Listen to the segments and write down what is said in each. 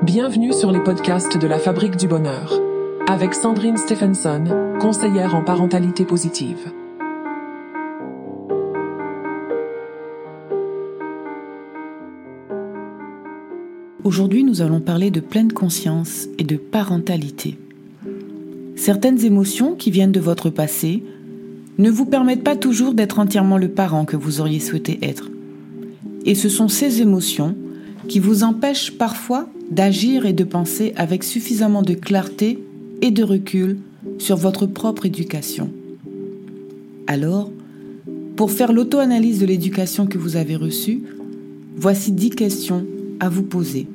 Bienvenue sur les podcasts de la Fabrique du Bonheur, avec Sandrine Stephenson, conseillère en parentalité positive. Aujourd'hui, nous allons parler de pleine conscience et de parentalité. Certaines émotions qui viennent de votre passé ne vous permettent pas toujours d'être entièrement le parent que vous auriez souhaité être. Et ce sont ces émotions qui vous empêchent parfois d'agir et de penser avec suffisamment de clarté et de recul sur votre propre éducation. Alors, pour faire l'auto-analyse de l'éducation que vous avez reçue, voici 10 questions à vous poser.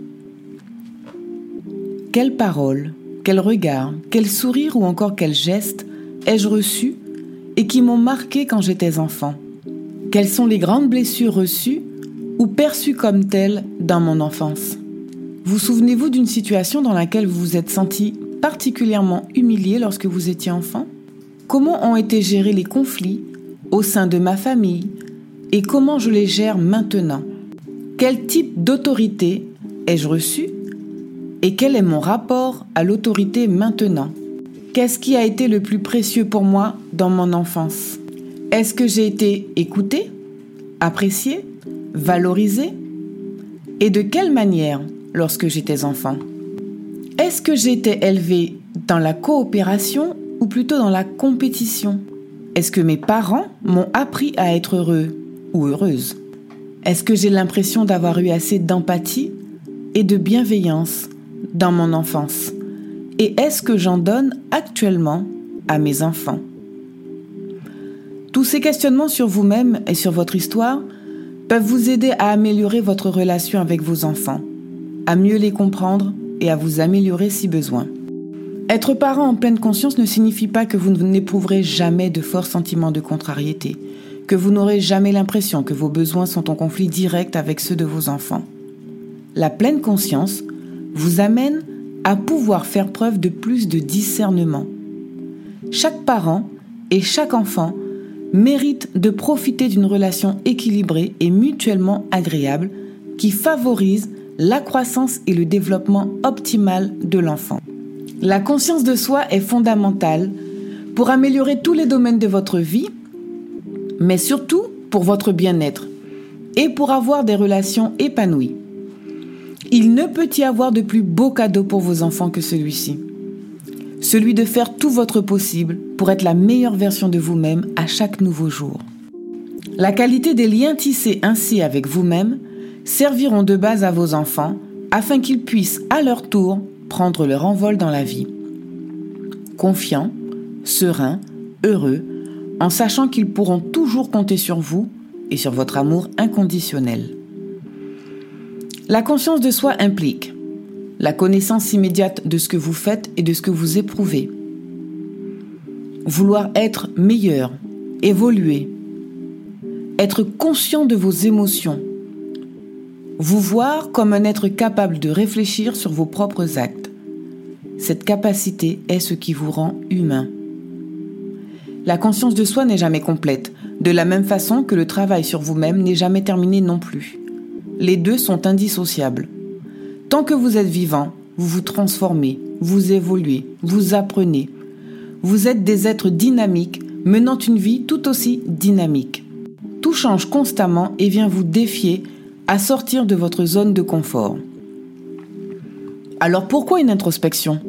Quelles paroles, quels regards, quel sourire ou encore quel geste ai-je reçu et qui m'ont marqué quand j'étais enfant? Quelles sont les grandes blessures reçues ou perçues comme telles dans mon enfance? Vous souvenez-vous d'une situation dans laquelle vous vous êtes senti particulièrement humilié lorsque vous étiez enfant? Comment ont été gérés les conflits au sein de ma famille et comment je les gère maintenant? Quel type d'autorité ai-je reçu et quel est mon rapport à l'autorité maintenant? Qu'est-ce qui a été le plus précieux pour moi dans mon enfance? Est-ce que j'ai été écoutée, appréciée, valorisée? Et de quelle manière lorsque j'étais enfant? Est-ce que j'ai été élevée dans la coopération ou plutôt dans la compétition? Est-ce que mes parents m'ont appris à être heureux ou heureuse? Est-ce que j'ai l'impression d'avoir eu assez d'empathie et de bienveillance dans mon enfance? Et est-ce que j'en donne actuellement à mes enfants? Tous ces questionnements sur vous-même et sur votre histoire peuvent vous aider à améliorer votre relation avec vos enfants, à mieux les comprendre et à vous améliorer si besoin. Être parent en pleine conscience ne signifie pas que vous n'éprouverez jamais de forts sentiments de contrariété, que vous n'aurez jamais l'impression que vos besoins sont en conflit direct avec ceux de vos enfants. La pleine conscience vous amène à pouvoir faire preuve de plus de discernement. Chaque parent et chaque enfant mérite de profiter d'une relation équilibrée et mutuellement agréable qui favorise la croissance et le développement optimal de l'enfant. La conscience de soi est fondamentale pour améliorer tous les domaines de votre vie, mais surtout pour votre bien-être et pour avoir des relations épanouies. Il ne peut y avoir de plus beau cadeau pour vos enfants que celui-ci. Celui de faire tout votre possible pour être la meilleure version de vous-même à chaque nouveau jour. La qualité des liens tissés ainsi avec vous-même serviront de base à vos enfants afin qu'ils puissent à leur tour prendre leur envol dans la vie. Confiants, sereins, heureux, en sachant qu'ils pourront toujours compter sur vous et sur votre amour inconditionnel. La conscience de soi implique la connaissance immédiate de ce que vous faites et de ce que vous éprouvez. Vouloir être meilleur, évoluer, être conscient de vos émotions, vous voir comme un être capable de réfléchir sur vos propres actes. Cette capacité est ce qui vous rend humain. La conscience de soi n'est jamais complète, de la même façon que le travail sur vous-même n'est jamais terminé non plus. Les deux sont indissociables. Tant que vous êtes vivant, vous vous transformez, vous évoluez, vous apprenez. Vous êtes des êtres dynamiques, menant une vie tout aussi dynamique. Tout change constamment et vient vous défier à sortir de votre zone de confort. Alors pourquoi une introspection?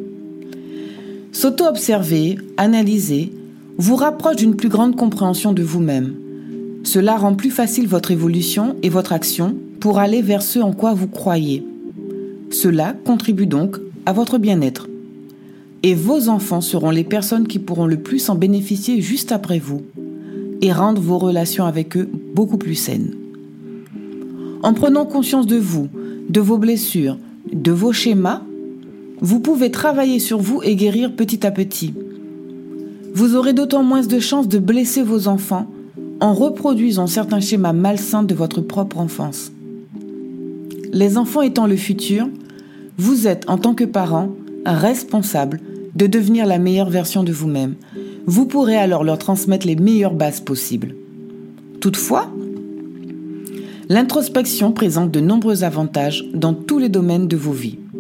S'auto-observer, analyser, vous rapproche d'une plus grande compréhension de vous-même. Cela rend plus facile votre évolution et votre action pour aller vers ce en quoi vous croyez. Cela contribue donc à votre bien-être. Et vos enfants seront les personnes qui pourront le plus en bénéficier juste après vous et rendre vos relations avec eux beaucoup plus saines. En prenant conscience de vous, de vos blessures, de vos schémas, vous pouvez travailler sur vous et guérir petit à petit. Vous aurez d'autant moins de chances de blesser vos enfants en reproduisant certains schémas malsains de votre propre enfance. Les enfants étant le futur, vous êtes en tant que parent responsable de devenir la meilleure version de vous-même. Vous pourrez alors leur transmettre les meilleures bases possibles. Toutefois, l'introspection présente de nombreux avantages dans tous les domaines de vos vies.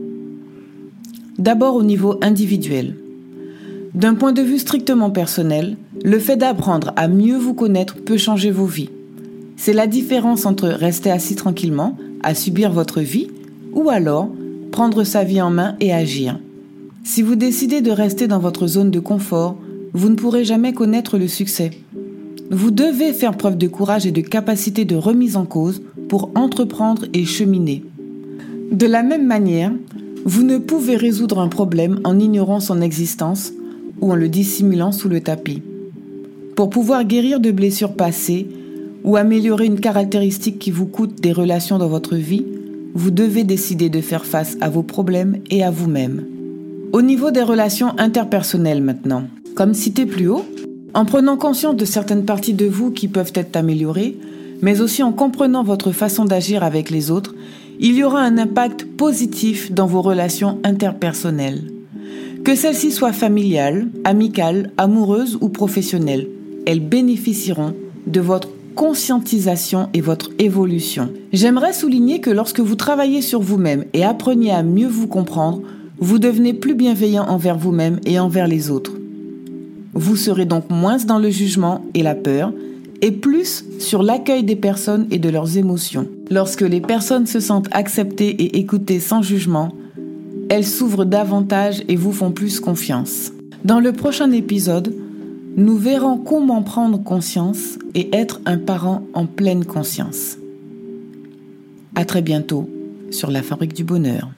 D'abord au niveau individuel. D'un point de vue strictement personnel, le fait d'apprendre à mieux vous connaître peut changer vos vies. C'est la différence entre rester assis tranquillement, à subir votre vie, ou alors prendre sa vie en main et agir. Si vous décidez de rester dans votre zone de confort, vous ne pourrez jamais connaître le succès. Vous devez faire preuve de courage et de capacité de remise en cause pour entreprendre et cheminer. De la même manière, vous ne pouvez résoudre un problème en ignorant son existence ou en le dissimulant sous le tapis. Pour pouvoir guérir de blessures passées ou améliorer une caractéristique qui vous coûte des relations dans votre vie, vous devez décider de faire face à vos problèmes et à vous-même. Au niveau des relations interpersonnelles maintenant, comme cité plus haut, en prenant conscience de certaines parties de vous qui peuvent être améliorées, mais aussi en comprenant votre façon d'agir avec les autres, il y aura un impact positif dans vos relations interpersonnelles. Que celles-ci soient familiales, amicales, amoureuses ou professionnelles, elles bénéficieront de votre conscientisation et votre évolution. J'aimerais souligner que lorsque vous travaillez sur vous-même et apprenez à mieux vous comprendre, vous devenez plus bienveillant envers vous-même et envers les autres. Vous serez donc moins dans le jugement et la peur, et plus sur l'accueil des personnes et de leurs émotions. Lorsque les personnes se sentent acceptées et écoutées sans jugement, elles s'ouvrent davantage et vous font plus confiance. Dans le prochain épisode, nous verrons comment prendre conscience et être un parent en pleine conscience. À très bientôt sur La Fabrique du Bonheur.